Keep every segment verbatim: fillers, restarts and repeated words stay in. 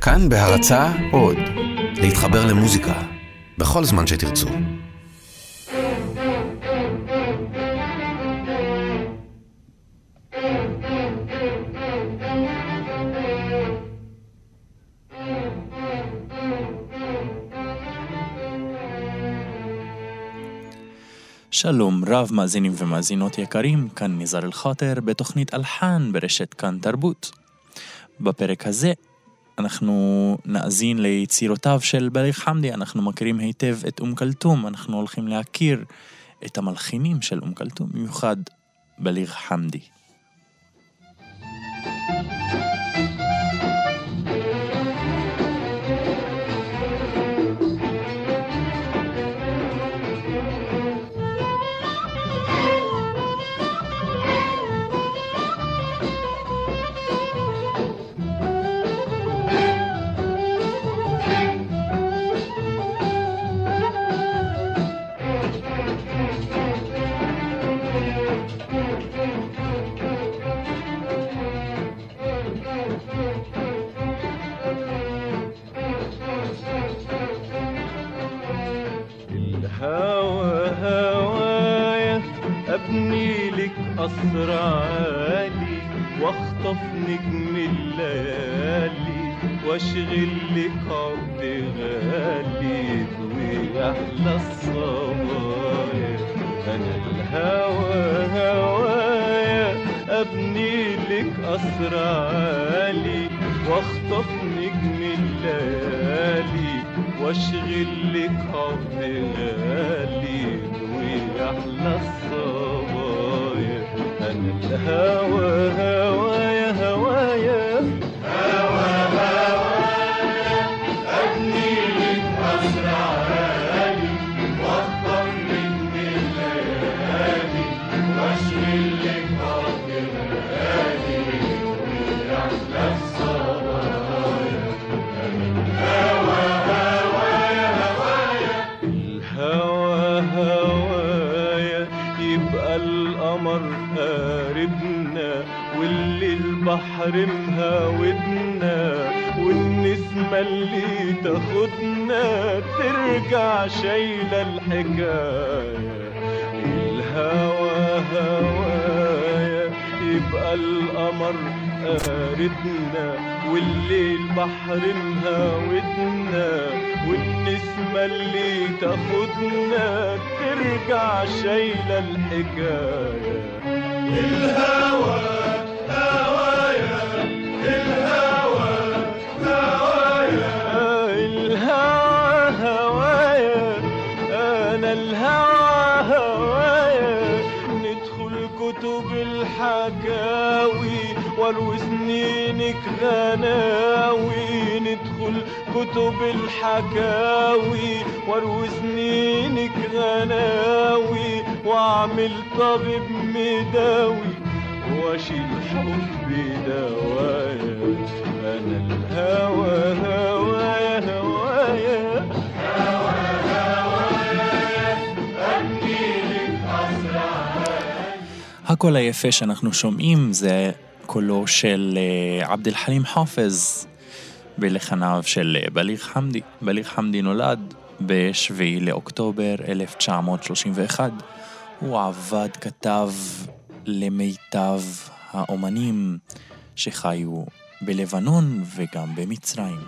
כאן בהרצאה עוד, להתחבר למוזיקה, בכל זמן שתרצו. שלום רב מאזינים ומאזינות יקרים, כאן ניזר אל-חאטר בתוכנית אלחן ברשת כאן תרבות. בפרק הזה אנחנו נאזין ליצירותיו של בליג חמדי. אנחנו מכירים היטב את אום כלתום, אנחנו הולכים להכיר את המלחינים של אום כלתום, במיוחד בליג חמדי. قصر عالي واخطف نجم الليالي واشغل لك عبد غالي ويحلى الصبايا انا الهوى هوايا ابني لك قصر عالي واخطف نجم الليالي واشغل لك عبد غالي ويحلى الصبايا أنا الهوى هوايا هوايا هوى هوايا أبني لك قصر عالي واخطف نجم الليالي واشغل لك عبد غالي ويحلى الصبايا أنا الهوى هوايا هوايا الهوى هوايا يبقى القمر قاربنا واللي البحر مهاودنا والنسمة اللي تاخدنا ترجع شايلة الحكاية الهوى هوايا يبقى القمر قاربنا واللي البحر مهاودنا والنسمة اللي تاخدنا ترجع شايلة الحكاية الهوى هوايا الهوى هوايا الهوى هوايا أنا الهوى هوايا ندخل كتب الحكاوي واروي سنينك غناوي ندخل كتب الحكاوي واروي سنينك غناوي واعمل طبيب مداوي واشيل حبي دوايا انا الهوى هوايا هوايا هوى هوايا ابني لك قصر عالي. הקול היפה שאנחנו שומעים זה קולו של עבד אל-חלים חאפז בלחניו של בליג חמדי. בליג חמדי נולד בשביעי לאוקטובר אלף תשע מאות שלושים ואחת. הוא עבד, כתב למיטב האומנים שחיו בלבנון וגם במצרים.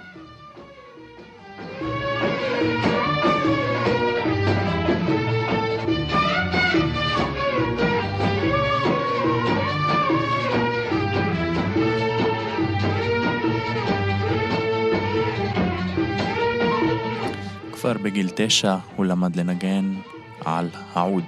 כבר בגיל תשע הוא למד לנגן על העוד.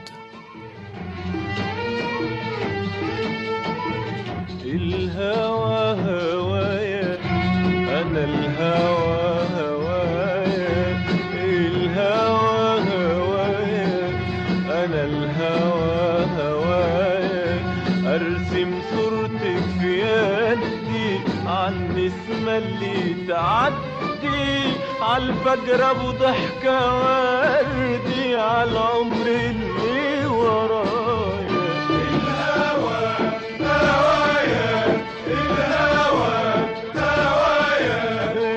الهوى هوايا أنا الهوى هوايا الهوى هوايا أنا الهوى هوايا أرسم صورتك في يدي عن نسمة اللي تعدي عالفجر أبو ضحكة وردي عالعمر اللي ورايا الهوى هوايا الهوى هوايا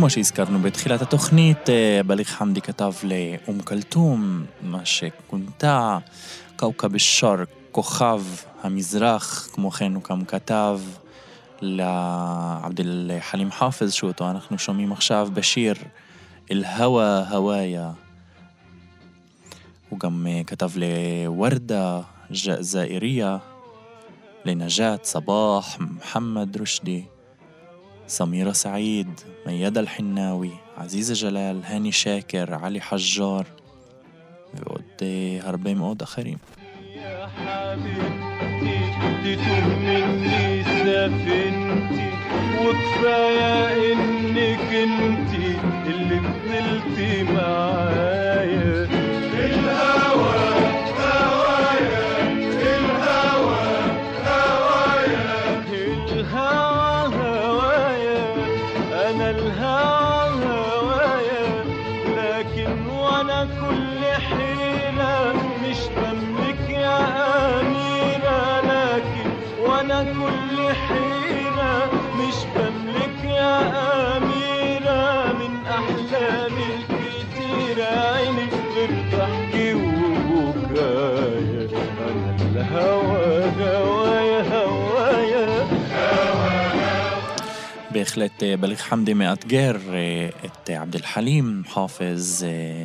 כמו שהזכרנו בתחילת התוכנית, בליג חמדי כתב לאום כלתום, מה שכונתה קאוקב א-שרק, כוכב המזרח. כמו כן הוא גם כתב לעבד אל-חלים חאפז, שאותו אנחנו שומעים עכשיו בשיר אל-הווה הוויה. הוא גם כתב לוורדה זאיריה, לנג'את סבאח, מוחמד רשדי, סמירה סעיד, מייד אל-חנאווי, עזיזה ג'לال, הני שקר, עלי חג'אר ועוד הרבה מאוד אחרים. يا حبيبتي تطمني سفنتي وكفاية انك انتي اللي فضلتي معايا في الهوى هوايا الهوى هوايا الهوى هوايا انا الهوى هوايا لكن وانا كل حيلة مش بملك يا أميرة لكن وانا كل حيلة مش بملك يا أميرة من أحلامي الكتيرة عيني غير ضحكي وبكايا أنا الهوى هوايا هوايا בהחלט בליג חמדי מאתגר את עבד אל-חלים חאפז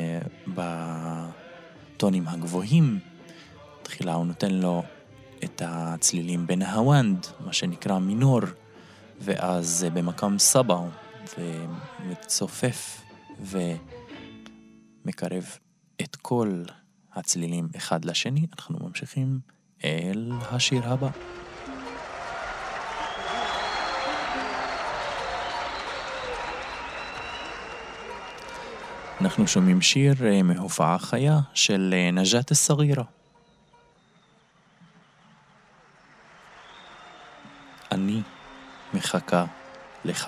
בטונים הגבוהים. תחילה הוא נותן לו את הצלילים בין ההוונד, מה שנקרא מינור, ואז במקום סבא ומצופף ומקרב את כל הצלילים אחד לשני. אנחנו ממשיכים אל השיר הבא. אנחנו שומעים שיר מהופעה חיה של נג'את א-סגירה. אני מחכה לך.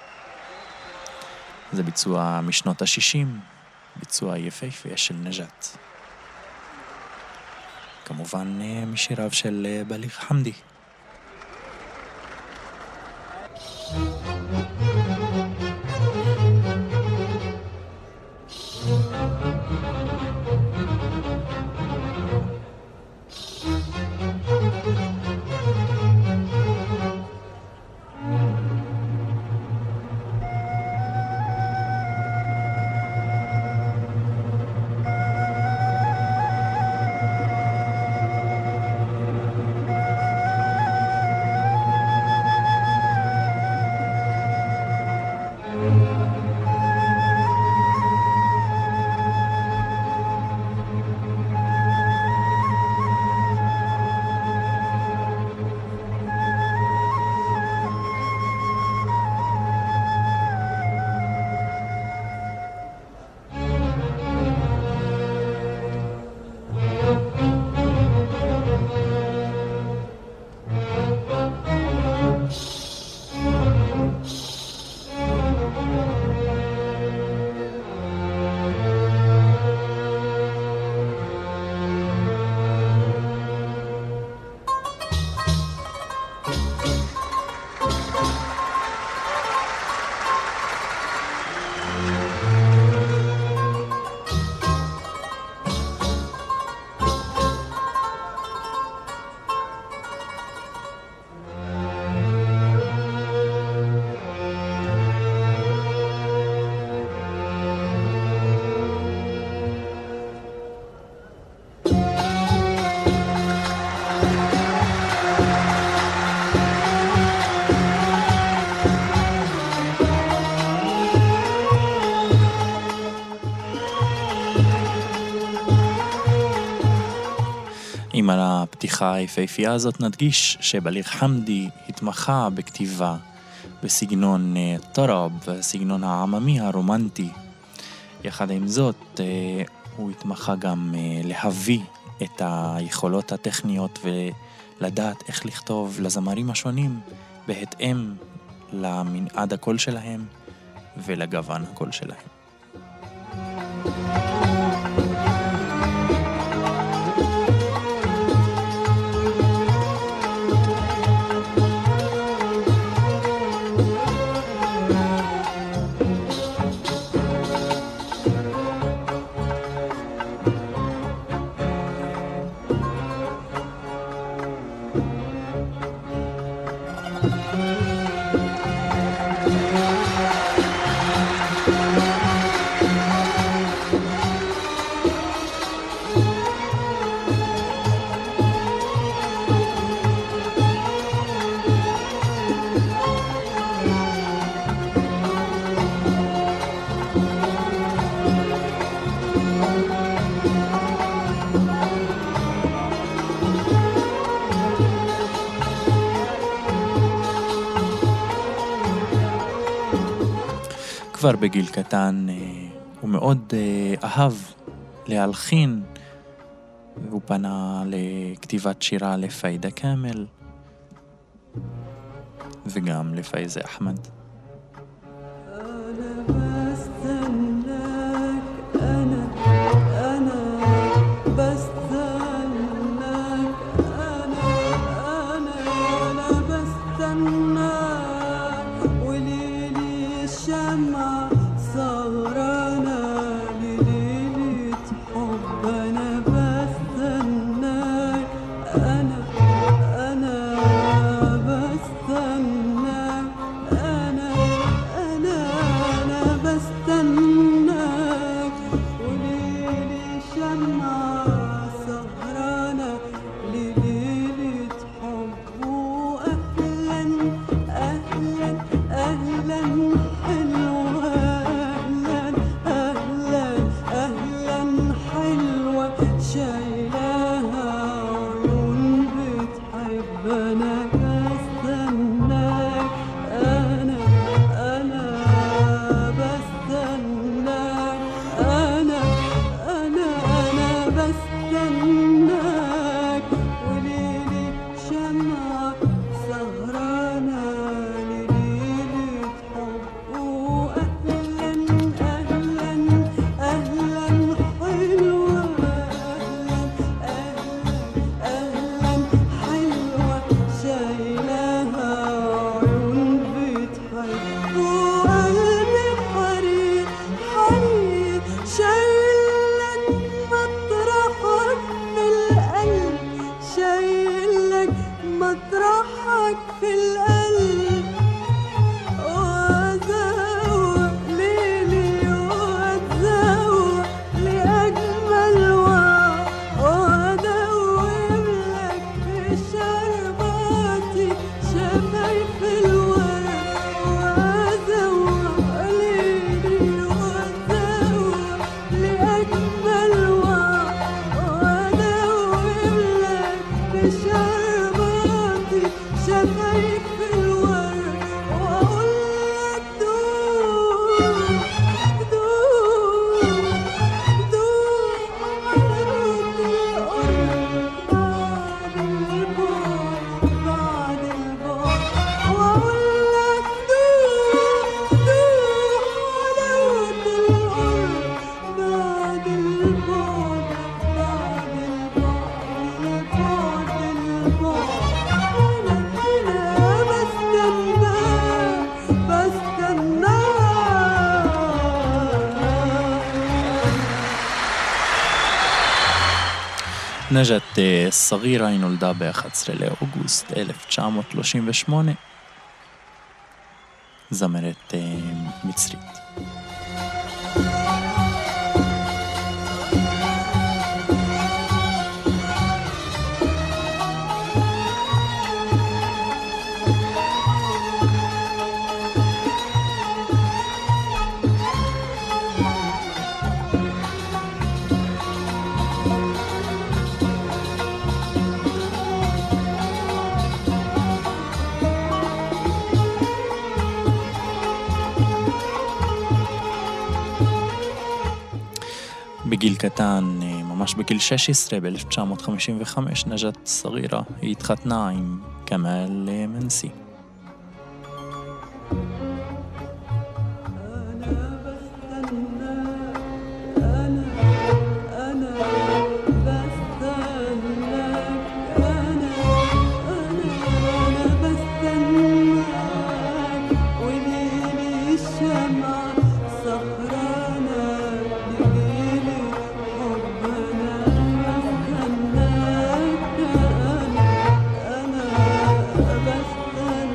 זה ביצוע משנות ה-שישים, ביצוע יפהפה של נג'את. כמובן משיריו של בליג חמדי. עם הפתיחה היפהפייה הזאת נדגיש שבליג חמדי התמחה בכתיבה בסגנון טרב, בסגנון העממי הרומנטי. יחד עם זאת הוא התמחה גם להביא את היכולות הטכניות ולדעת איך לכתוב לזמרים השונים בהתאם למנעד הקול שלהם ולגוון הקול שלהם. כבר בגיל קטן הוא מאוד אהב להלחין, והוא פנה לכתיבת שירה לפיידה כאמל וגם לפייזה אחמד. נג'את סגירה היא נולדה ב-אחד עשר לאוגוסט אלף תשע מאות שלושים ושמונה, זמרת מצרית. בגיל קטן, ממש בגיל שש עשרה, ב-אלף תשע מאות חמישים וחמש, נג'את סגירה, היא התחתנה עם כמאל מנסי. بستناك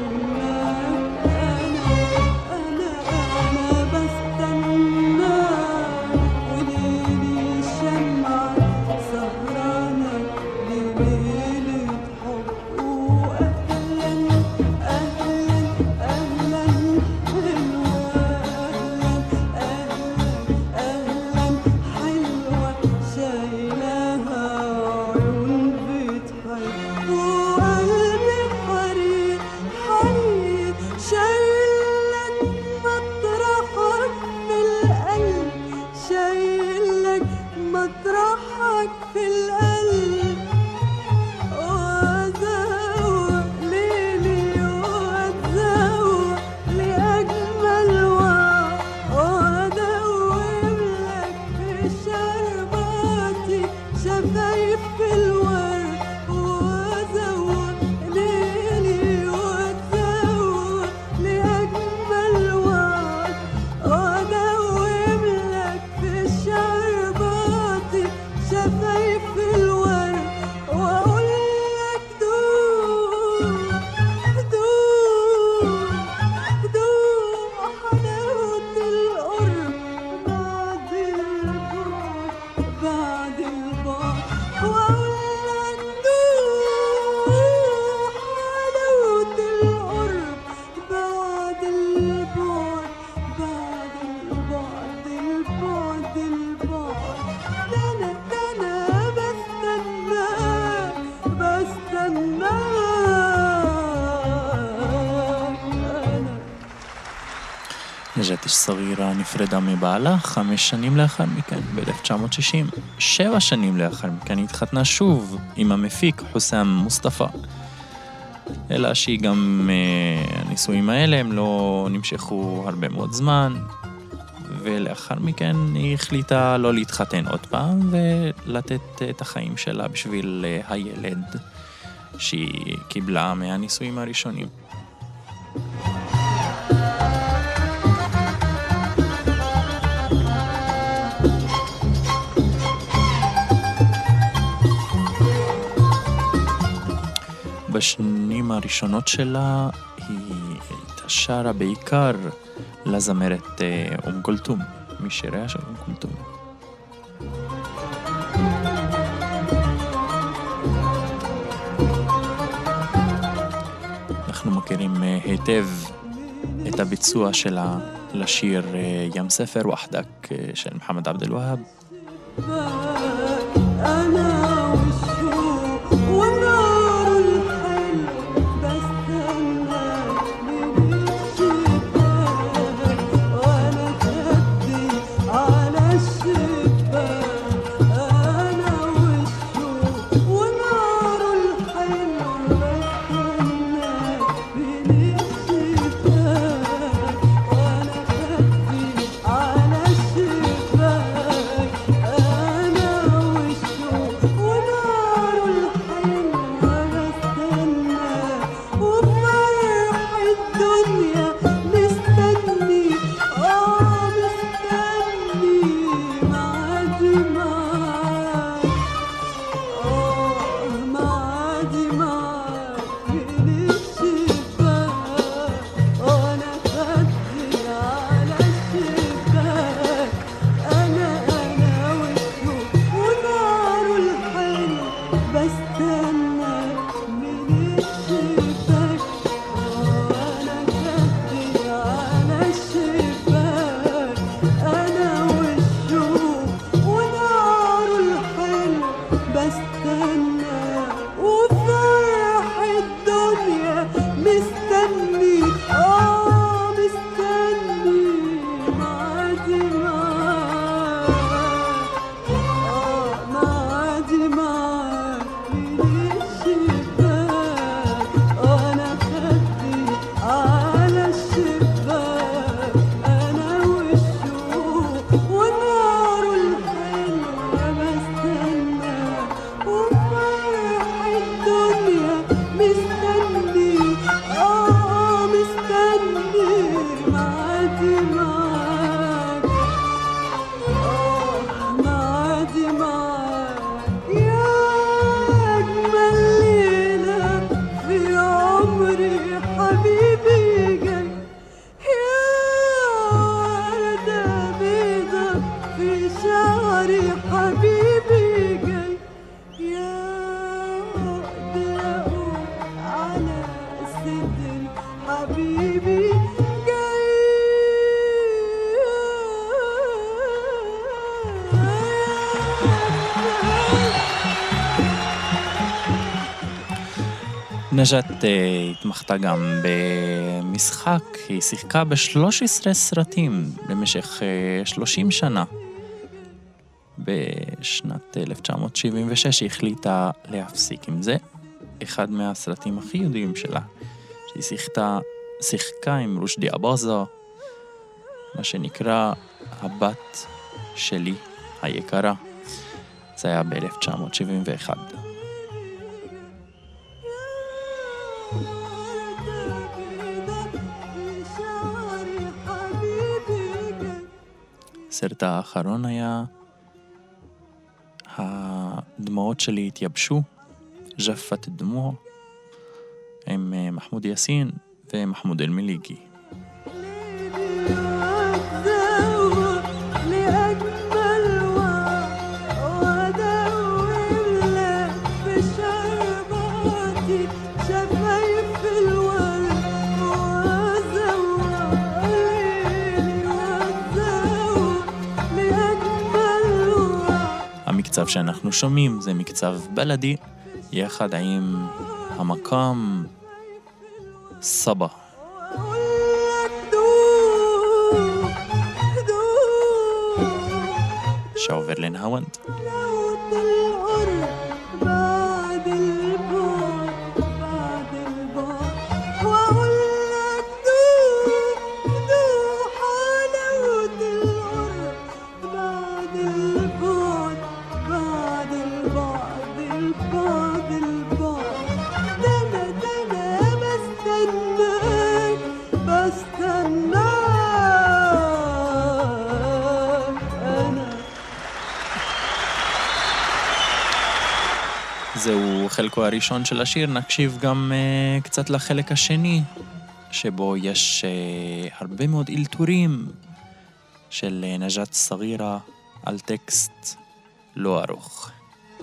لك في القلب وأزوق ليلي وأتزوق لأجمل وعد وأدوب لك في شرباتي شفايف في الورد وأزوق ليلي وأتزوق لأجمل وعد وأدوب لك في شرباتي شفايف في الورد وأقول لك دوق دوق دوق حلاوة القرب بعد البعد بعد البعد وأقول لك دوق حلاوة القرب بعد البعد بعد البعد البعد البعد ده أنا ده أنا بستناك بستناك أنا נג'את סגירה נפרדה מבעלה חמש שנים לאחר מכן, ב-אלף תשע מאות שישים. שבע שנים לאחר מכן התחתנה שוב עם המפיק חוסם מוסטפא. אלא שהיא גם, אה, הנישואים האלה הם לא נמשכו הרבה מאוד זמן, ולאחר מכן היא החליטה לא להתחתן עוד פעם, ולתת את החיים שלה בשביל אה, הילד שהיא קיבלה מהנישואים הראשונים. בשנים הראשונות שלה היא הייתה שרה בעיקר לזמרת אה, אום כולתום, משיריה של אום כולתום. אנחנו מכירים אה, היטב את הביצוע שלה לשיר אה, ים ספר וחדק אה, של מחמד עבד אל-והאב. أنا والشوق والنار الحلو بستناك من الشباك وأنا خدي على الشباك أنا والشوق والنار الحلو بستناك من الشباك وأنا خدي على الشباك أنا والشوق ونار الحلو بستناك وبفرح الدنيا مستني آه مستني معادي معاك آه معادي معاك من الشباك وأنا خدي على الشباك أنا أنا والشوق ونار الحلو بستناك من الشباك وأنا خدي على الشباك أنا والشوق ونار الحلو بستناك وفرح الدنيا مستني آه مستني معادي معاك آه معادي معاك من الشباك وأنا خدي على الشباك أنا والشوق ونار الحلو بستناك وفرح الدنيا مستني آه مستني معادي معاك آه معادي معاك يا أجمل ليلة في عمري حبيبي جاي يا وردة بيضة في شعري حبيبي جاي يا عقد أقول على صدري حبيبي جاي נג'את אה, התמחתה גם במשחק, היא שיחקה ב-שלוש עשרה סרטים במשך אה, שלושים שנה. בשנת אלף תשע מאות שבעים ושש היא החליטה להפסיק עם זה. אחד מהסרטים הכי ידועים שלה, שהיא שיחקה, שיחקה עם רושדי אבאזה, מה שנקרא הבת שלי היקרה. זה היה ב-אלף תשע מאות שבעים ואחת. הסרט האחרון היה הדמעות שלי התייבשו, ג'פת דמוע, עם מחמוד יאסין ומחמוד אל-מליגי. המקצב שאנחנו שומעים זה מקצב בלדי יחד עם המקام סבא. שעובר לנהוונד. זהו חלקו הראשון של השיר. נקשיב גם uh, קצת לחלק השני, שבו יש uh, הרבה מאוד אילתורים של uh, נג'את סגירה על טקסט לא ארוך.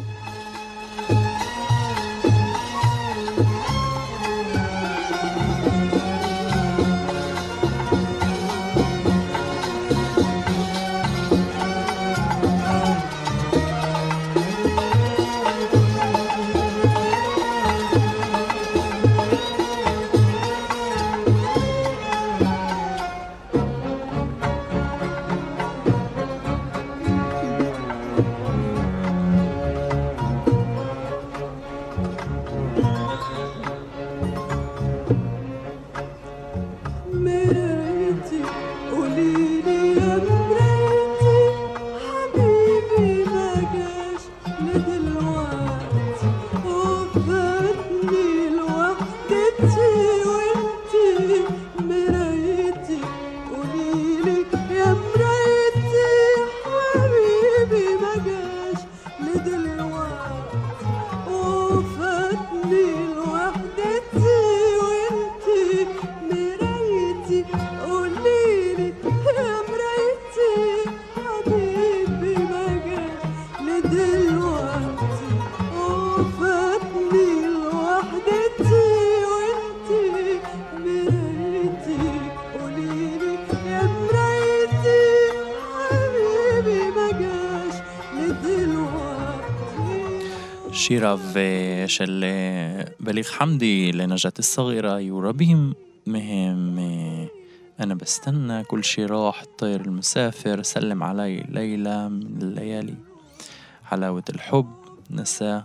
שיריו של בליג חמדי לנג'את סגירה היו רבים מהם. أنا بستنى كل شي راح الطير المسافر سلم علي ليلة من الليالي حلاوة الحب نسى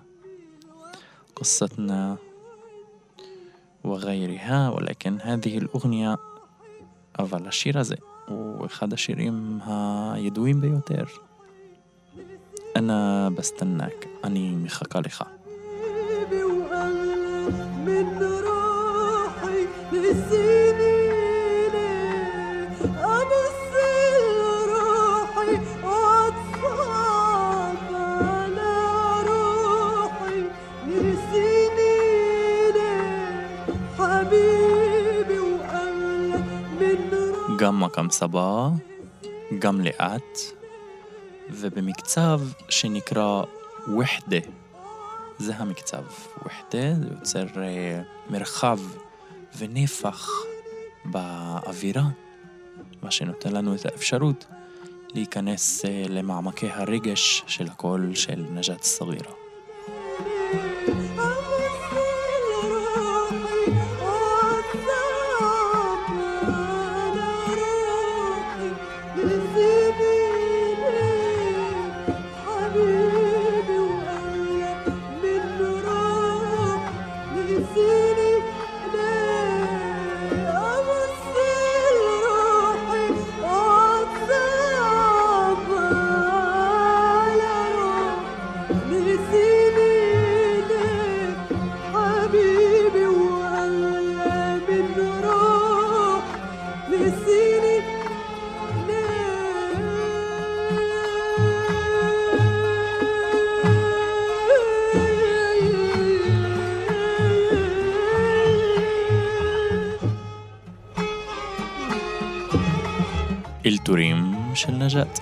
قصتنا وغيرها. ولكن هذه الأغنية אבל השיר הזה הוא אחד השירים הידועים ביותר. أنا بستناك, אני מחכה לך. גם מקام סבא, גם לאט, ובמקצב שנקרא וחדה. זה המקצב וחדה, זה יוצר מרחב ונפח באווירה, מה שנותן לנו את האפשרות להיכנס למעמקי הרגש של הקול של נג'את סגירה. של נג'את.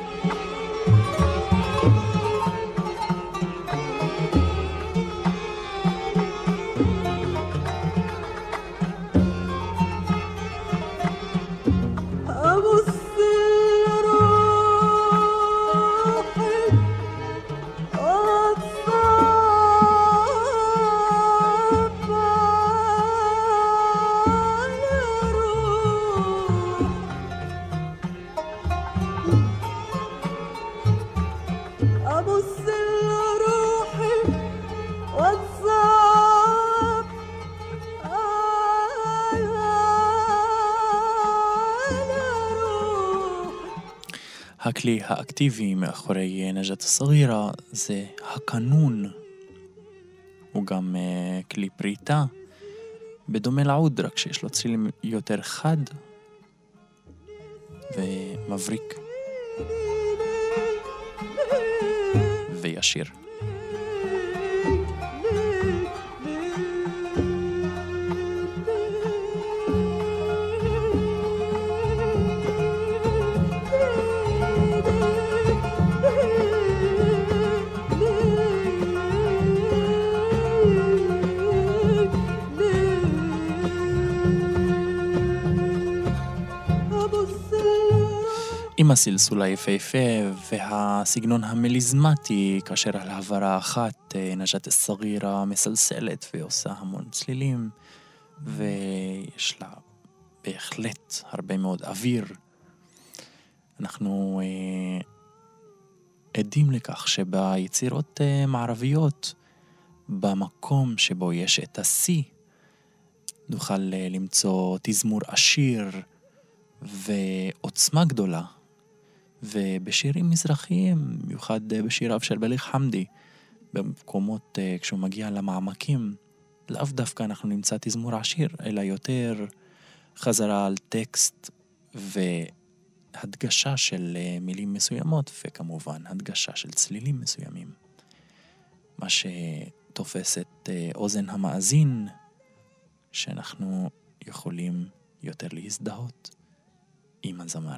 הכלי האקטיבי מאחורי נג'את הסגירה זה הקנון. הוא גם uh, כלי פריטה, בדומה לעוד, רק שיש לו צליל יותר חד ומבריק וישיר. עם הסלסול היפהפה והסגנון המליזמטי, כאשר על העברה אחת נג'את הסגירה מסלסלת ועושה המון צלילים, ויש לה בהחלט הרבה מאוד אוויר. אנחנו אה, עדים לכך שביצירות אה, מערביות, במקום שבו יש את הסי, נוכל אה, למצוא תזמור עשיר ועוצמה גדולה. ובשירים מזרחיים, במיוחד בשיריו של בליג חמדי, במקומות כשהוא מגיע למעמקים, לאו דווקא אנחנו נמצא תזמור עשיר, אלא יותר חזרה על טקסט והדגשה של מילים מסוימות, וכמובן הדגשה של צלילים מסוימים. מה שתופס את אוזן המאזין, שאנחנו יכולים יותר להזדהות עם הזמר.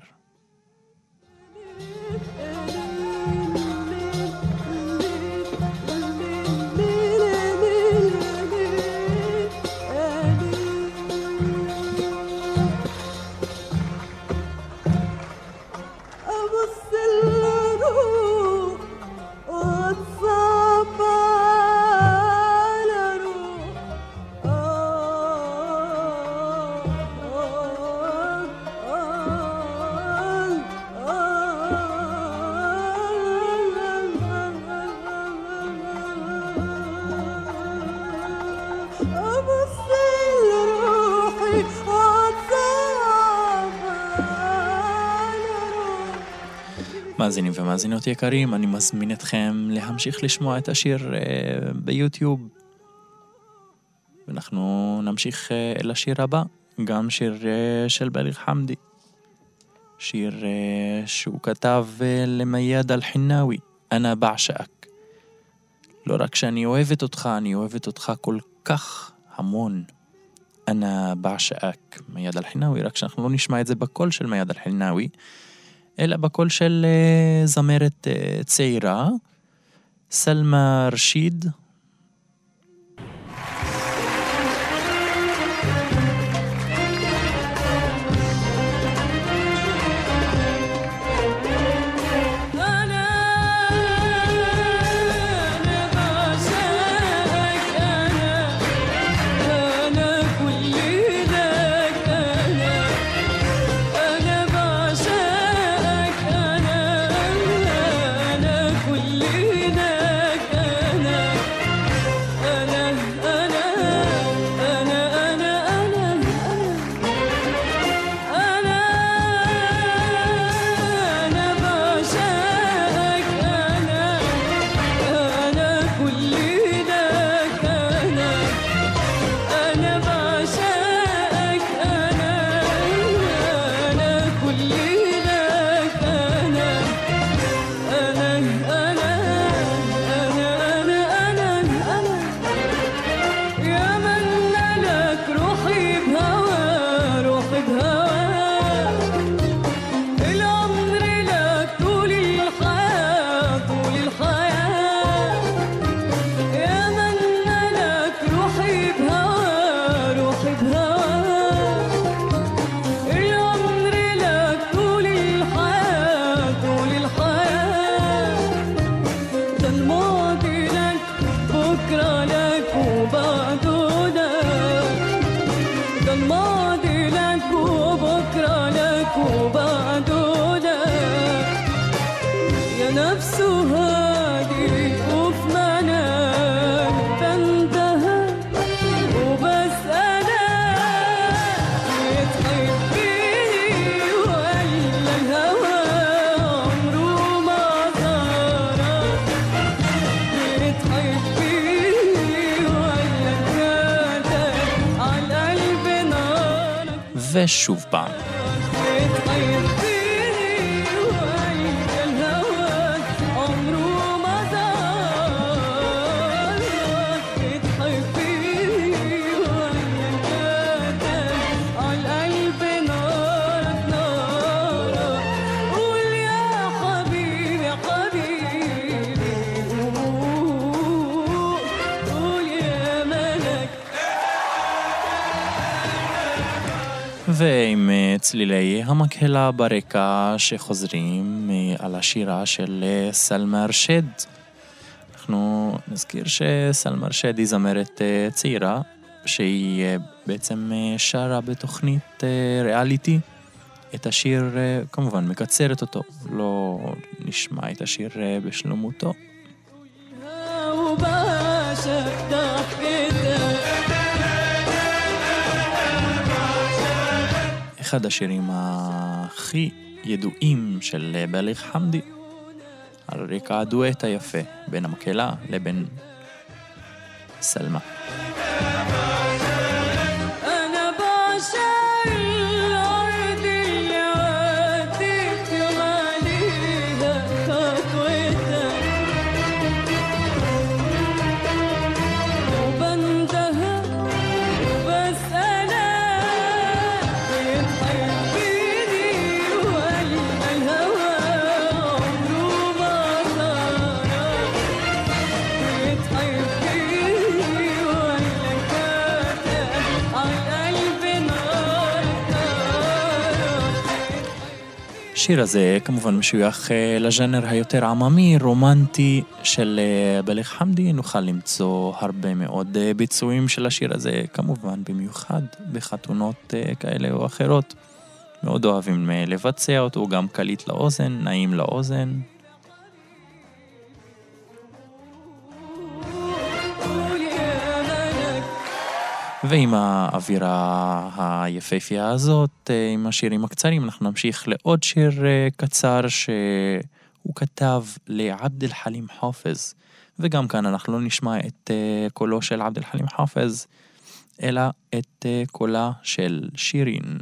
מאזינים ומאזינות יקרים, אני מזמין אתכם להמשיך לשמוע את השיר uh, ביוטיוב. ואנחנו נמשיך uh, אל השיר הבא, גם שיר uh, של בליג חמדי. שיר uh, שהוא כתב uh, למייד אל-חנאווי, אני בעשאק. לא רק שאני אוהבת אותך, אני אוהבת אותך כל כך המון. אני בעשאק, מייד אל-חנאווי, רק שאנחנו לא נשמע את זה בקול של מייד אל-חנאווי, אלא בקול של uh, זמרת uh, צעירה, סלמה רשיד. أنا نفسه هادي وفي منام بندهى وبسأله بتحبيني ولا الهوى عمره ما زارك بتحبيني ولا كاتب على القلب نارك ושוב פעם. ועם צלילי המקהלה ברקע שחוזרים על השירה של סלמה ארשד. אנחנו נזכיר שסלמה ארשד היא זמרת צעירה, שהיא בעצם שרה בתוכנית ריאליטי. את השיר כמובן מקצרת אותו, לא נשמע את השיר בשלמותו. אחד השירים הכי ידועים של בליג חמדי, על רקע הדואט היפה בין המקהלה לבין סלמה. השיר הזה כמובן משוייך לז'אנר היותר עממי, רומנטי של בליג חמדי. נוכל למצוא הרבה מאוד ביצועים של השיר הזה, כמובן במיוחד בחתונות כאלה או אחרות. מאוד אוהבים לבצע אותו, גם קליט לאוזן, נעים לאוזן. ועם האווירה היפהפייה הזאת, עם השירים הקצרים, אנחנו נמשיך לעוד שיר קצר שהוא כתב לעבד אל-חלים חאפז. וגם כאן אנחנו לא נשמע את קולו של עבד אל-חלים חאפז, אלא את קולה של שירין.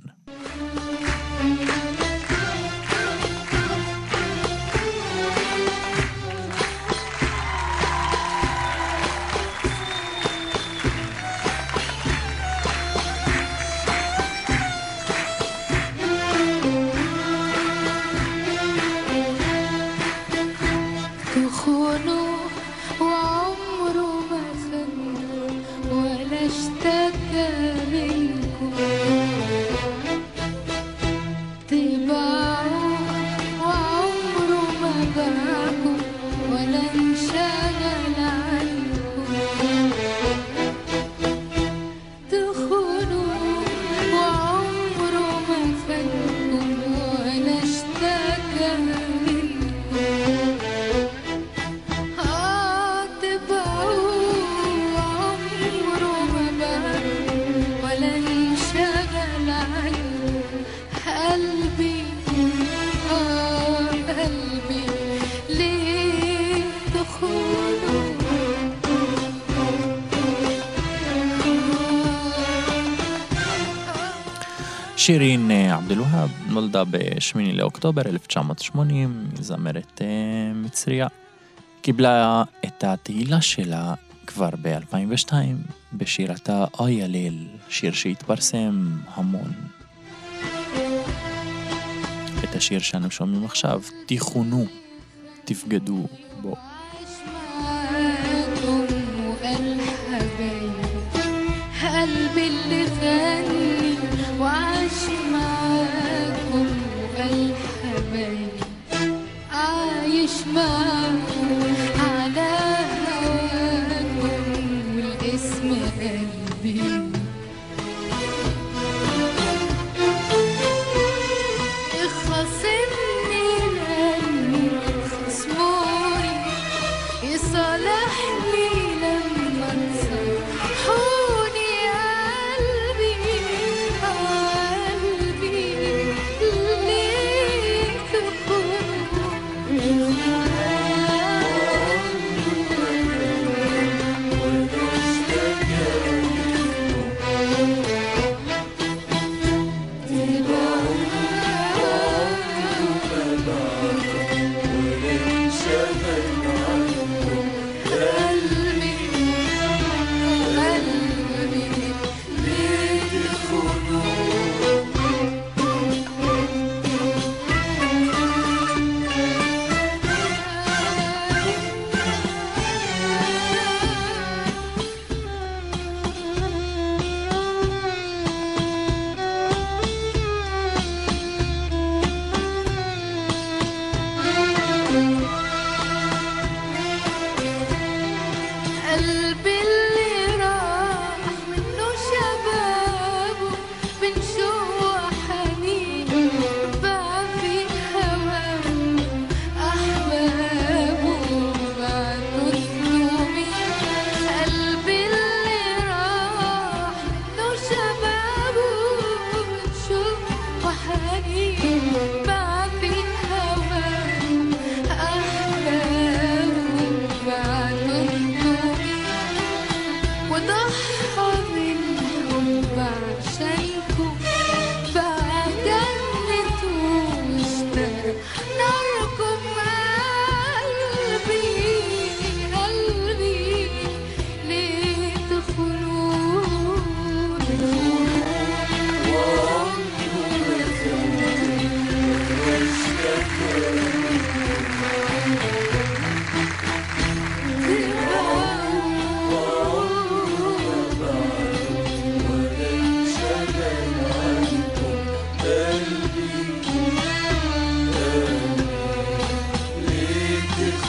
שירין עבד אל-והאב נולדה בשמיני לאוקטובר אלף תשע מאות ושמונים, זמרת מצריה. קיבלה את התהילה שלה כבר ב-אלפיים ושתיים בשירתה אוי הליל, שיר שהתפרסם המון. את השיר שאנו שומעים עכשיו, תיכונו, תפגדו בו. قلبي اللي غني وعاش معاكم والحبايب عايش معاكم على هواكم والاسم قلبي خاصمني لاني خصمه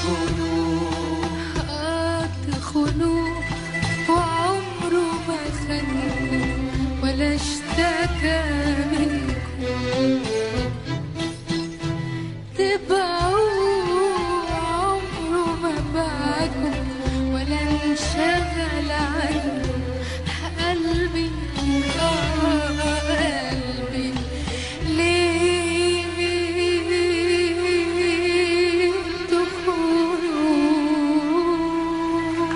تخونوه آه تخونوه وعمره ما خانكم ولا اشتكى منكم تبعوه عمره ما باعكم ولا انشغل عنكم قلبي آه قلبي ليه تخونوه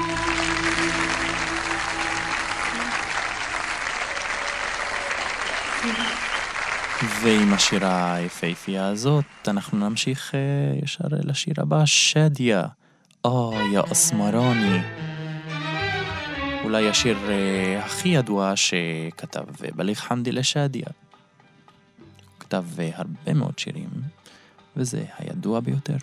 ועם השירה היפהפייה הזאת אנחנו נמשיך אה, ישר לשיר הבא, שדיה, אה יא אסמרני, אולי השיר אה, הכי ידוע שכתב בליג חמדי לשדיה. הוא כתב אה, הרבה מאוד שירים וזה הידוע ביותר.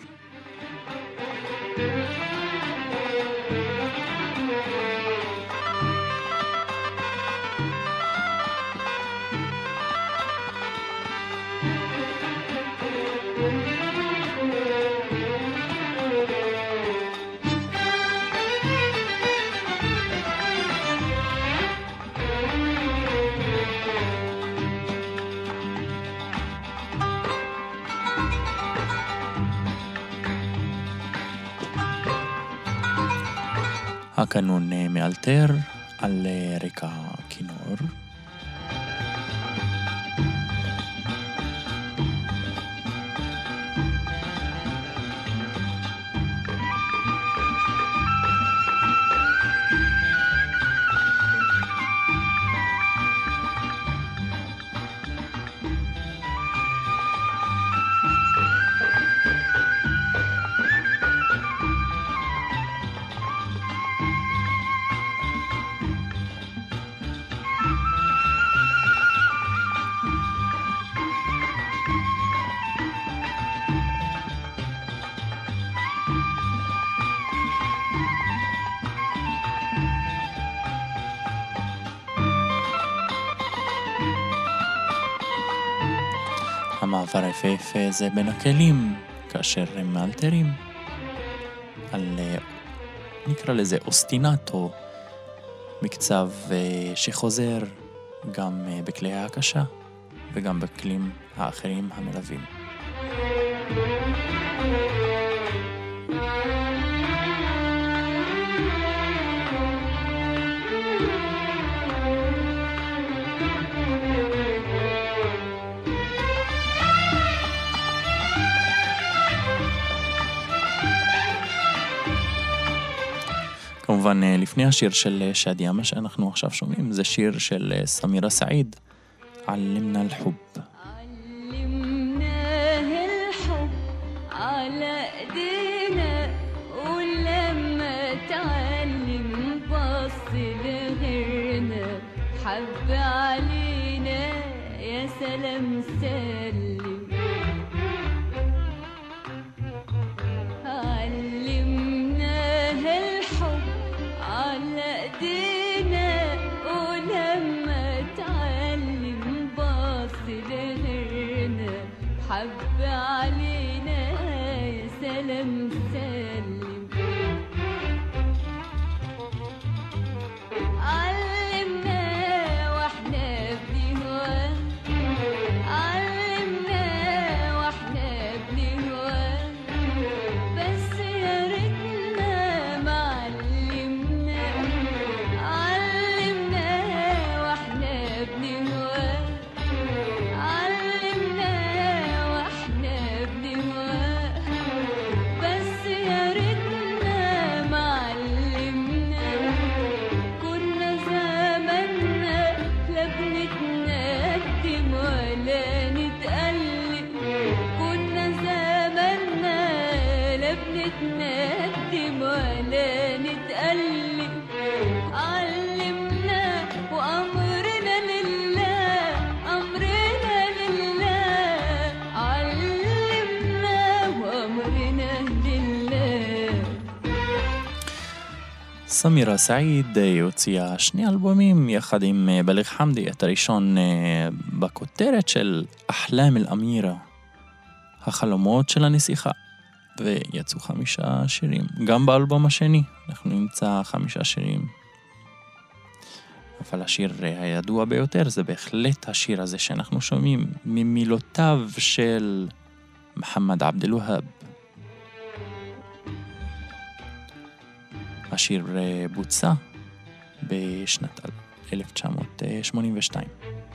הקנון מאלתר על רקע כינור. המעבר היפהפה זה בין הכלים, כאשר הם מאלתרים על, נקרא לזה אוסטינטו, מקצב שחוזר גם בכלי ההקשה וגם בכלים האחרים המלווים. כמובן לפני השיר של שדיה, מה שאנחנו עכשיו שומעים זה שיר של סמירה סעיד, علمنا الحب. علمناه الحب على ايدينا ولما تعلم بص لغيرنا حب علينا يا سلام سلم علمناه الحب على ايدينا ولما تعلم بص لغيرنا حب علينا يا سلام سلم علمنا واحنا بنهواه علمنا واحنا بنهواه بس يا ريتنا ما علمنا علمنا واحنا بنهواه علمنا واحنا بنهواه بس يا ريتنا ما علمنا كنا زماننا لا بنتندم ولا نتألم كنا زماننا لا بنتندم ولا نتألم علمنا وأمرنا لله أمرنا لله علمنا وأمرنا لله. סמירה סעיד הוציאה שני אלבומים יחד עם בליג חמדי, את הראשון בכותרת של אחלאם אל-אמירה, החלומות של הנסיכה, ויצאו חמישה שירים. גם באלבום השני אנחנו נמצא חמישה שירים. אבל השיר הידוע ביותר זה בהחלט השיר הזה שאנחנו שומעים ממילותיו של מוחמד עבד אל-והאב. השיר בוצע בשנת אלף תשע מאות שמונים ושתיים.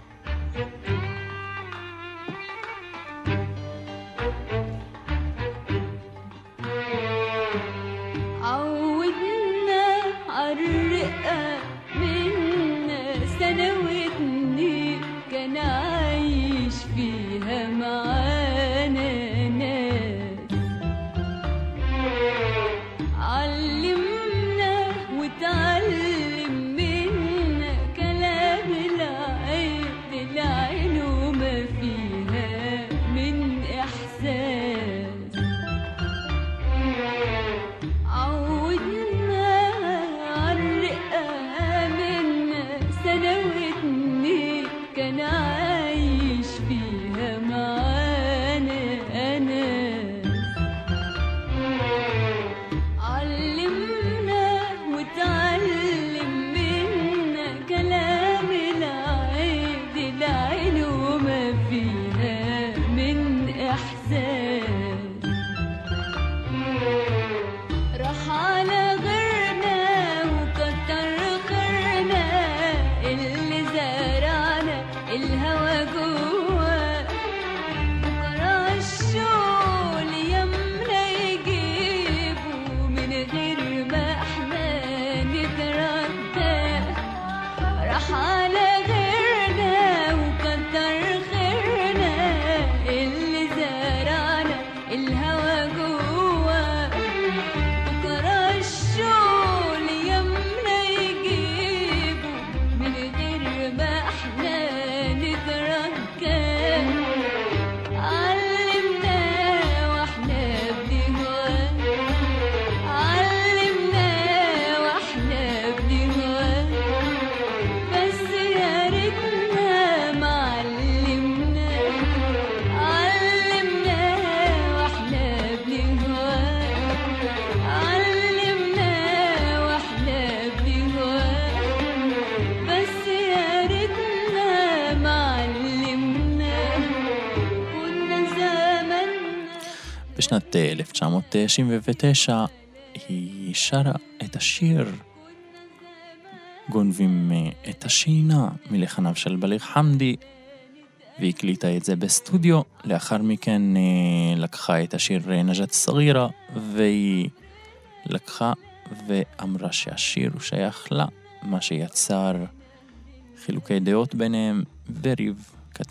בשנת אלף תשע מאות תשעים ותשע היא שרה את השיר גונבים את השינה מלחניו של בליר חמדי, והקליטה את זה בסטודיו. לאחר מכן לקחה את השיר נג'את סגירה, והיא לקחה ואמרה שהשיר הוא שייך לה, מה שיצר חילוקי דעות ביניהם וריב קטן.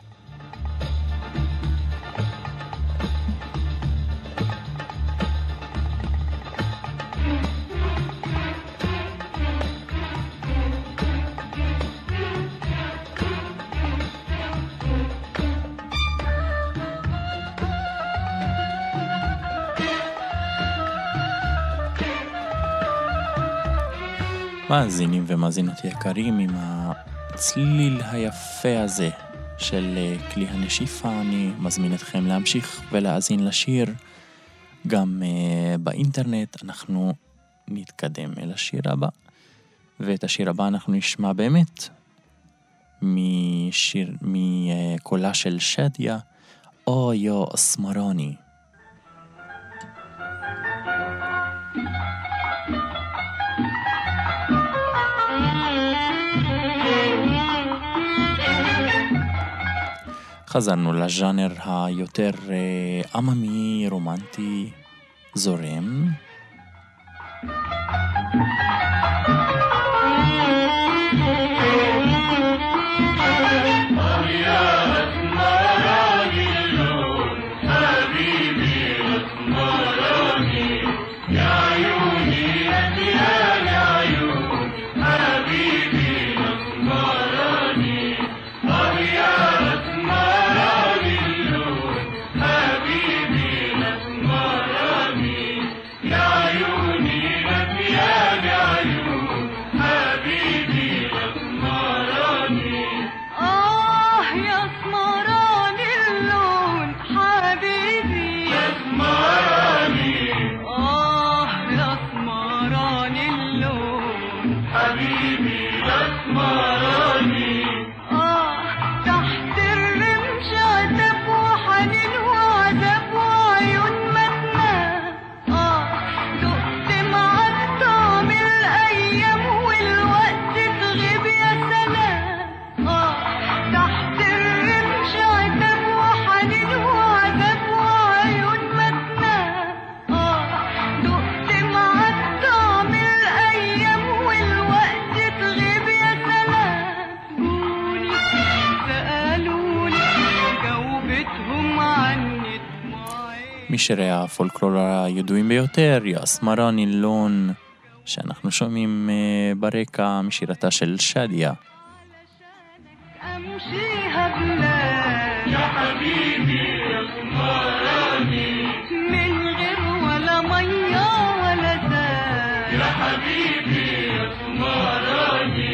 מאזינים ומאזינות יקרים, עם הצליל היפה הזה של כלי הנשיפה, אני מזמין אתכם להמשיך ולהאזין לשיר גם uh, באינטרנט. אנחנו נתקדם אל השיר הבא, ואת השיר הבא אנחנו נשמע באמת משיר, מקולה של שדיה, או יא אסמרני. חזרנו לז'אנר היותר עממי, רומנטי, זורם. آه يا اسمراني اللون حبيبي يا اسمراني משירי הפולקלור הידועים ביותר, יא אסמרני לון, שאנחנו שומעים אה, ברקע משירתה של שדיה. أمشيها بلاد يا حبيبي يا اسمراني من غير ولا مية ولا زاد يا حبيبي يا اسمراني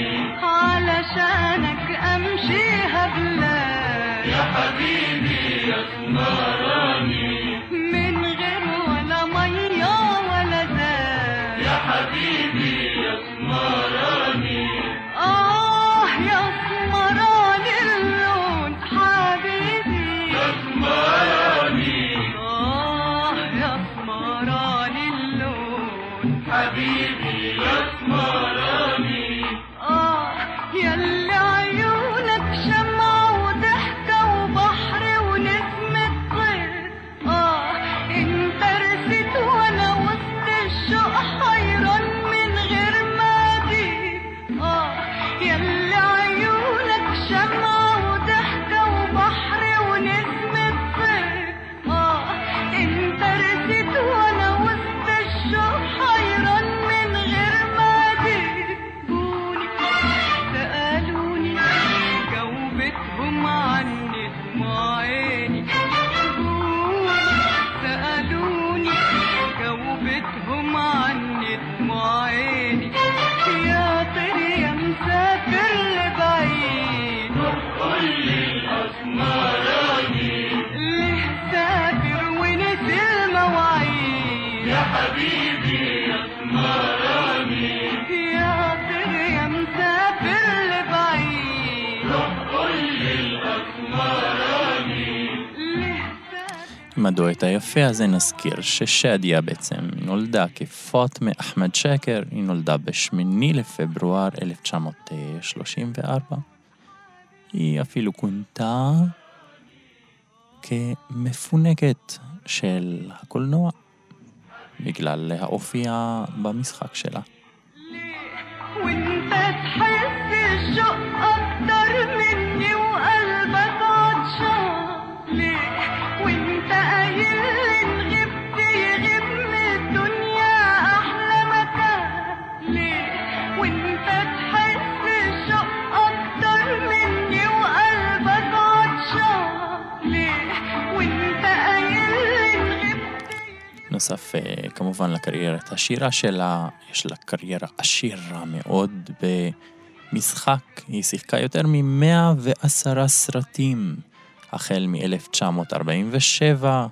علشانك أمشيها بلاد يا حبيبي يا اسمراني من غير ولا مية ولا زاد يا حبيبي يا اسمراني آه يا اسمراني اللون حبيبي يا اسمراني آه يا اسمراني اللون حبيبي يا اسمراني آه ياللي عيونك شمعة وضحكة وبحر ونسمة طير آه انت رسيت وانا وسط الشوق حيران من غير ما أديك آه ياللي عيونك شمعة وضحكة وبحر ونسمة طير آه انت رسيت وانا وسط الشوق حيران من غير ما أديك جوني سألوني جاوبتهم عني دموع عيني جوني سألوني جاوبتهم عني دموع عيني يا طير يا مسافر لبعيد قولي الأسمراني ليه سافر ونسي المواعيد يا حبيبي يا اسمراني يا طير يا مسافر لبعيد قولي الأسمراني ليه سافر עם הדואט היפה הזה נזכיר ששדיה בעצם נולדה כפאטמה אחמד שקר, היא נולדה בשמיני לפברואר אלף תשע מאות שלושים וארבע. היא אפילו כונתה כמפונקת של הקולנוע, בגלל האופייה במשחק שלה. وانت تحس الشوق اكتر مني وقلبك عطشان ليه وانت قايل ان غبت يغيب من الدنيا احلى مكان ليه وانت تحس الشوق اكتر مني وقلبك عطشان ليه وانت قايل ان غبت נוסף אה, כמובן לקריירת השירה שלה, יש לה קריירה עשירה מאוד במשחק, היא שיחקה יותר מ-מאה ועשרה סרטים, החל מ-אלף תשע מאות ארבעים ושבע,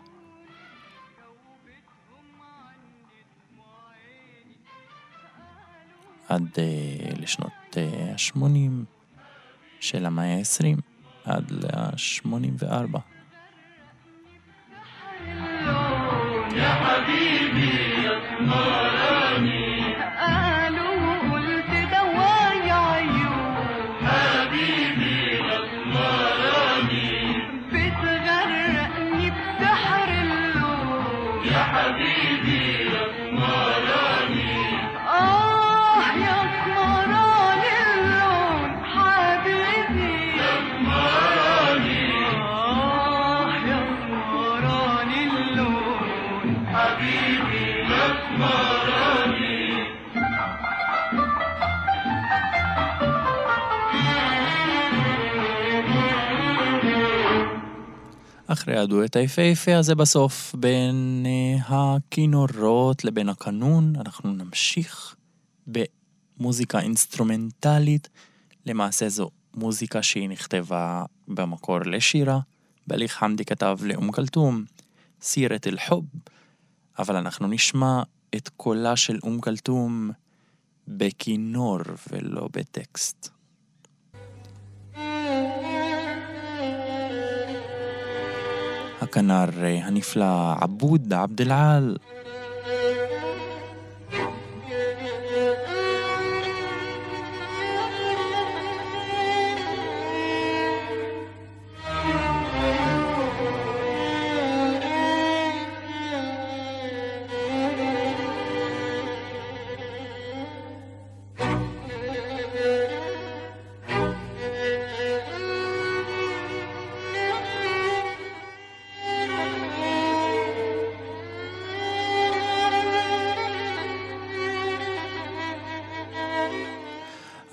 עד אה, לשנות אה, ה-שמונים של המאה ה-עשרים, עד ל-שמונים וארבע. يا حبيبي يا اسمراني قالوا وقلت دواي عيون حبيبي يا اسمراني بتغرقني بسحر اللون يا حبيبي يا اسمراني آه يا اسمراني اللون حبيبي يا اسمراني آه يا اسمراني اللون حبيبي يا اسمراني אחרי הדואט היפהפה הזה בסוף בין uh, הכינורות לבין הקנון, אנחנו נמשיך במוזיקה אינסטרומנטלית. למעשה זו מוזיקה שהיא נכתבה במקור לשירה, בליג חמדי כתב לאום כלתום סירת אל-חוב, אבל אנחנו נשמע את קולה של אום כלתום בכינור ולא בטקסט. הכנר הנפלא עבוד עבד אל-על.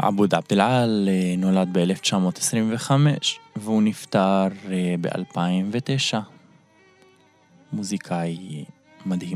עבוד עבד אל-על נולד ב-אלף תשע מאות עשרים וחמש והוא נפטר ב-אלפיים ותשע. מוזיקאי מדהים.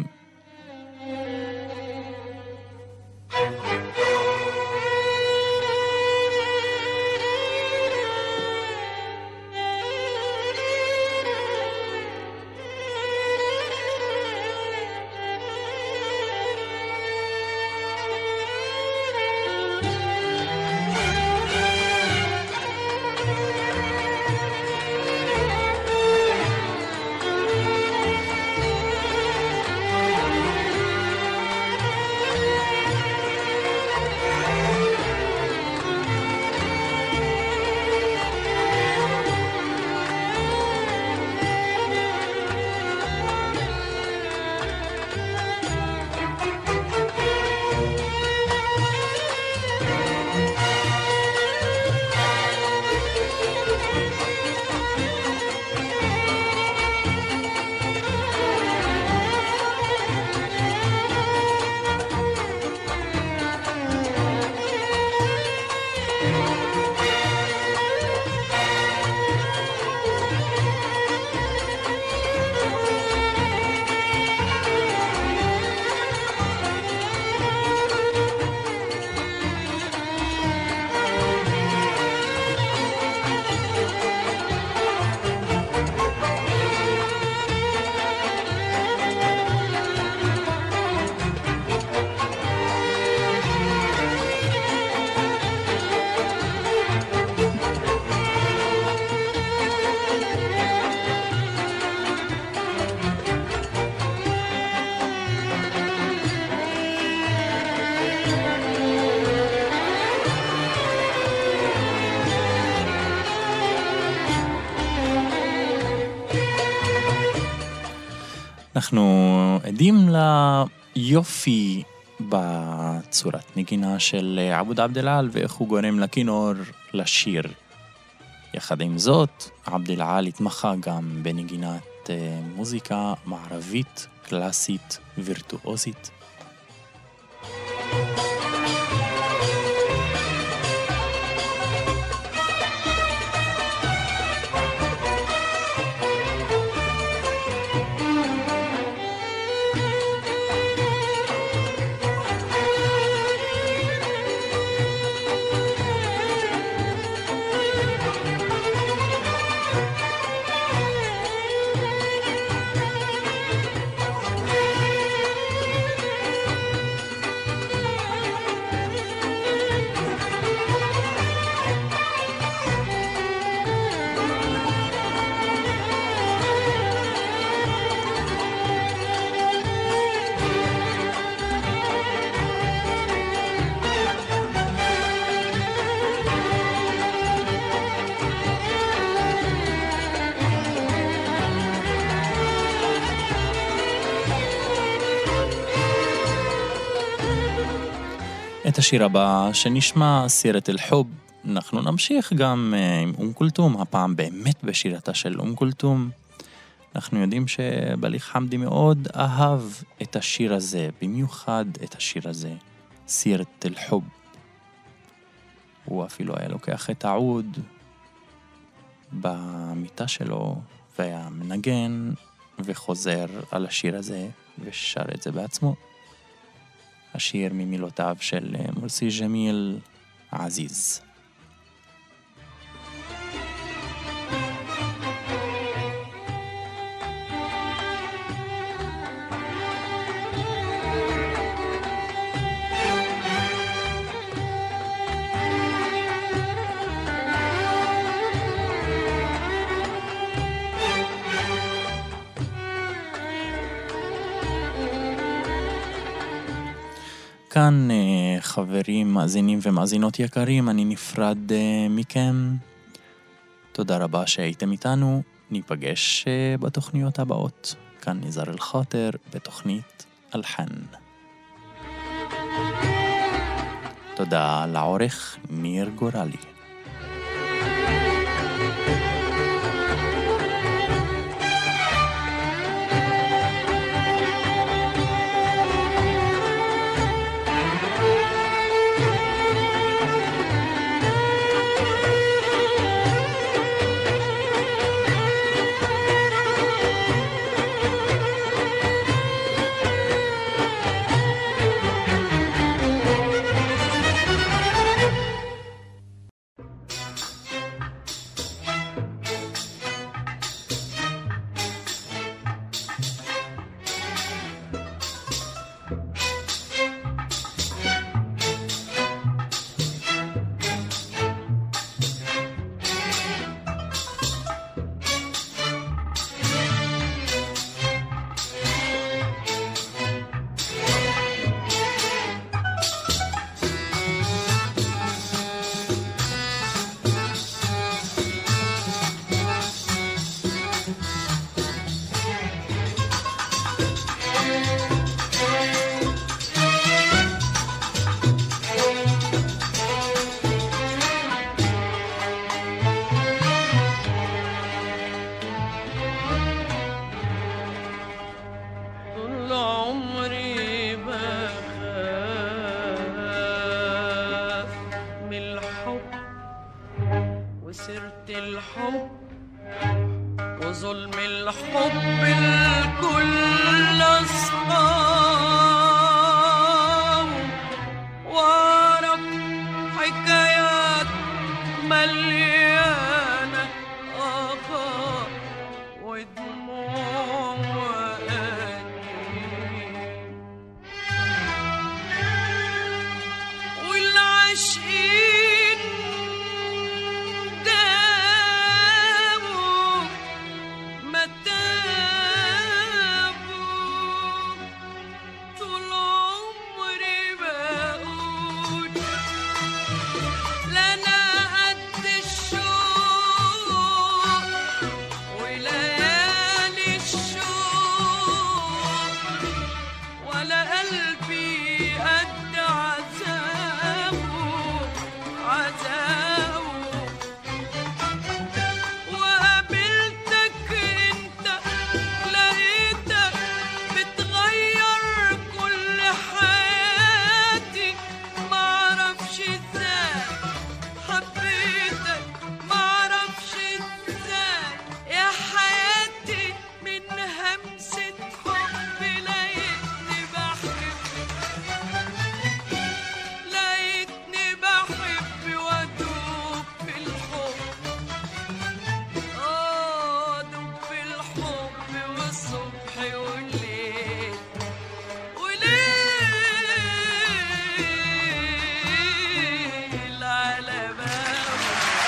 אנחנו עדים ליופי בצורת נגינה של עבוד עבד אל-על ואיך הוא גורם לכינור לשיר. יחד עם זאת, עבד אל-על התמחה גם בנגינת מוזיקה מערבית, קלאסית, וירטואוזית. את השיר הבא שנשמע, סירת אל-חוב, אנחנו נמשיך גם עם אום כולתום, הפעם באמת בשירתה של אום כולתום. אנחנו יודעים שבליג חמדי מאוד אהב את השיר הזה, במיוחד את השיר הזה, סירת אל-חוב. הוא אפילו היה לוקח את העוד במיטה שלו והיה מנגן וחוזר על השיר הזה ושר את זה בעצמו. השיר ממילותיו של מורסי ג'מיל עזיז. כאן חברים, מאזינים ומאזינות יקרים, אני נפרד מכם. תודה רבה שהייתם איתנו, ניפגש בתוכניות הבאות. כאן נזר אל-חאטר בתוכנית אלחן. תודה לעורך ניר גורלי. العاشقين داووا ما تابوا طول عمري بقول لا أنا قد الشوق وليالي الشوق ولا قلبي قد عذابه عذابه وقابلتك انت لقيتك بتغير كل حياتي معرفش ازاي حبيتك معرفش ازاي يا حياتي من همسة حب لقيتني بحب لقيتني بحب وادوب في الحب اه ادوب في الحب والصبح والليل وليل على بابه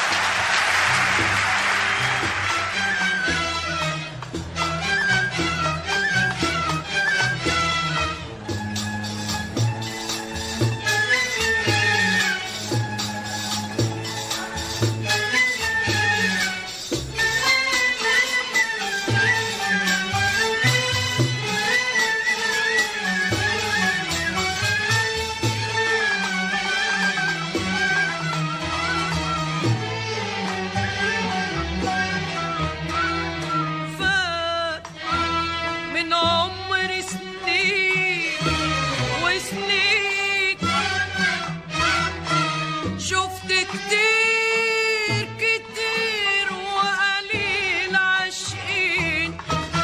فات من عمري سنين وسنين شفت كتير كتير وقليل عاشقين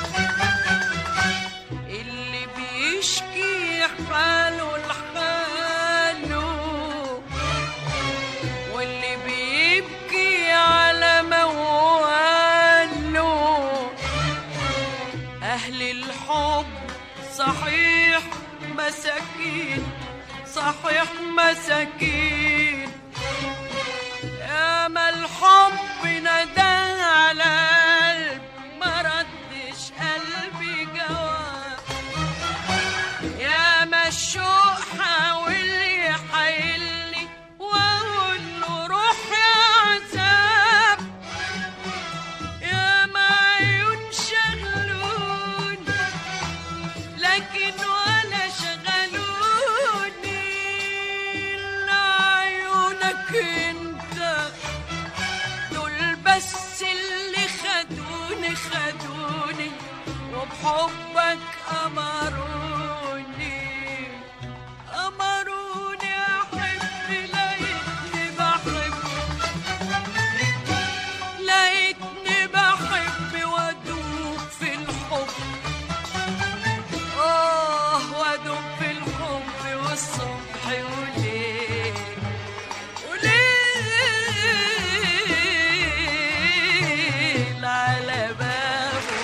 اللي بيشكي حاله لحاله واللي بيبكي على مواله أهل الحب صحيح مساكين صحيح مساكين ياما الحب ندى على قلب ما ردش قلبي جواب ياما الشوق حاول يحايلني واقول له روح يا عذاب ياما عيون شغلوني لكن ولا شغلوني إلا عيونك انت دول بس اللي خدوني خدوني وبحبك أمروني أمروني أحب لقيتني بحب لقيتني بحب وأدوب في الحب آه وأدوب في الحب والصبح والليل وليل على بابه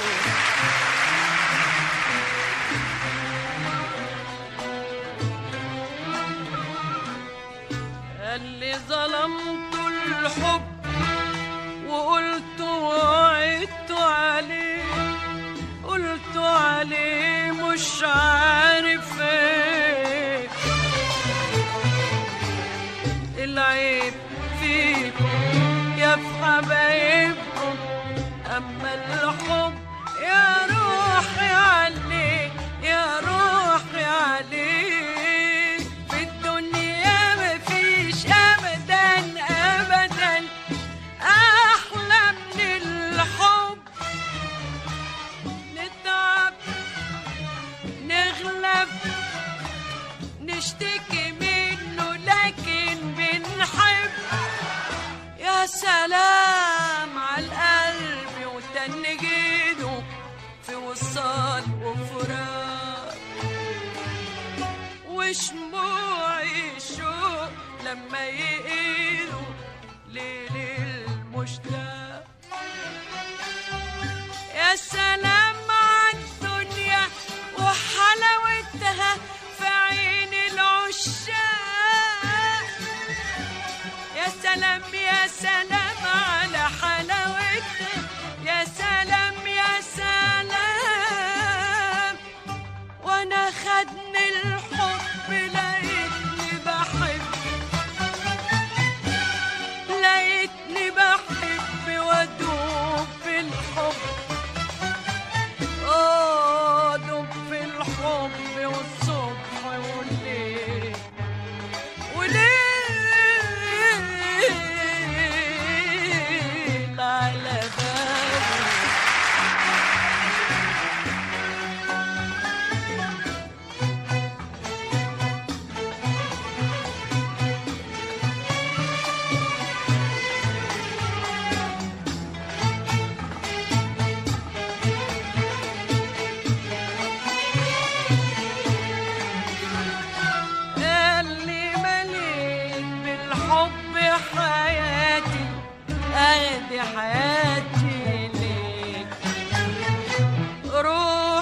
اللي ظلمت الحب وقلت وعدت عليه قلت عليه مش عارف ايه العيب فيكم يا في حبايبكم اما الحب يا روحي عليه يا روحي عليه في الدنيا مفيش ابدا ابدا احلى من الحب نتعب نغلب نشتكي منه لكن بنحب يا سلام على القلب وتنجيده في وصال وفراق وشموع الشوق لما يقيلوا ليل المشتاق يا سلام على الدنيا وحلاوتها في عين العشاق سلام يا سلام على حلاوتها، يا سلام يا سلام. وانا خدني الحب لقيتني بحب، لقيتني بحب وادوب في الحب، اه دوب في الحب والصبح والليل وليل على بالي. اللي مليت بالحب حياتي، ادي حياتي ليك. روح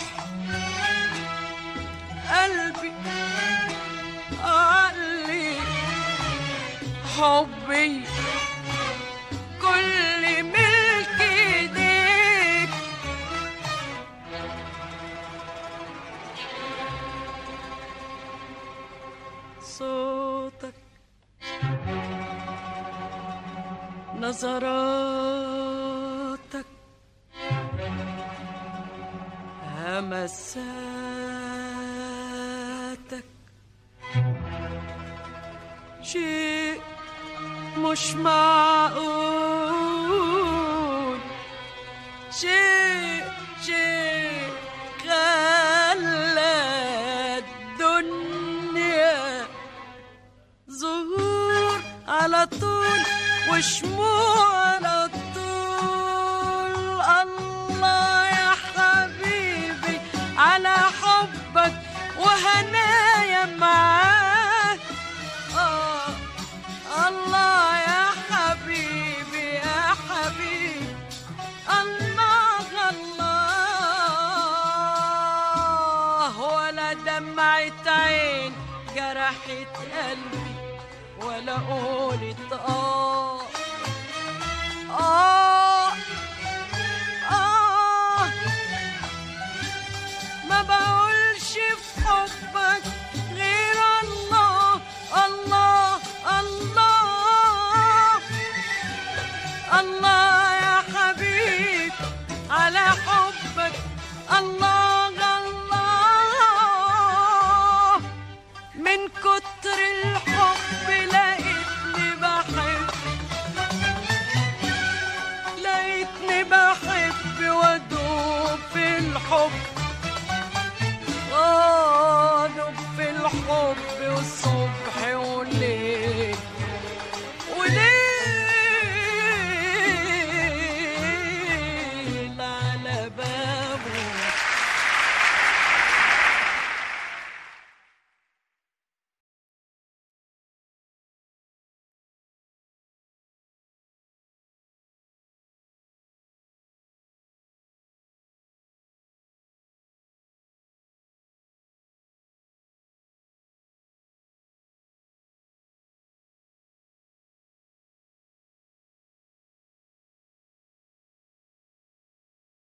قلبي عقلي حبي كل ملكي ليك. صوتك نظراتك همساتك شيء مش معقول، شيء شيء خلى الدنيا ظهور على طول وشموع على طول. الله يا حبيبي على حبك وهنايا معاك. آه الله يا حبيبي يا حبيبي، الله الله. ولا دمعة عين جرحت قلبي ولا قولت آه آه آه. ما بقولش في حبك غير الله الله الله. الله يا حبيب على حبك، الله الله. من كتر الحب لقيتني بحب، لقيتني بحب وادوب في الحب، اه دوب في الحب والصبح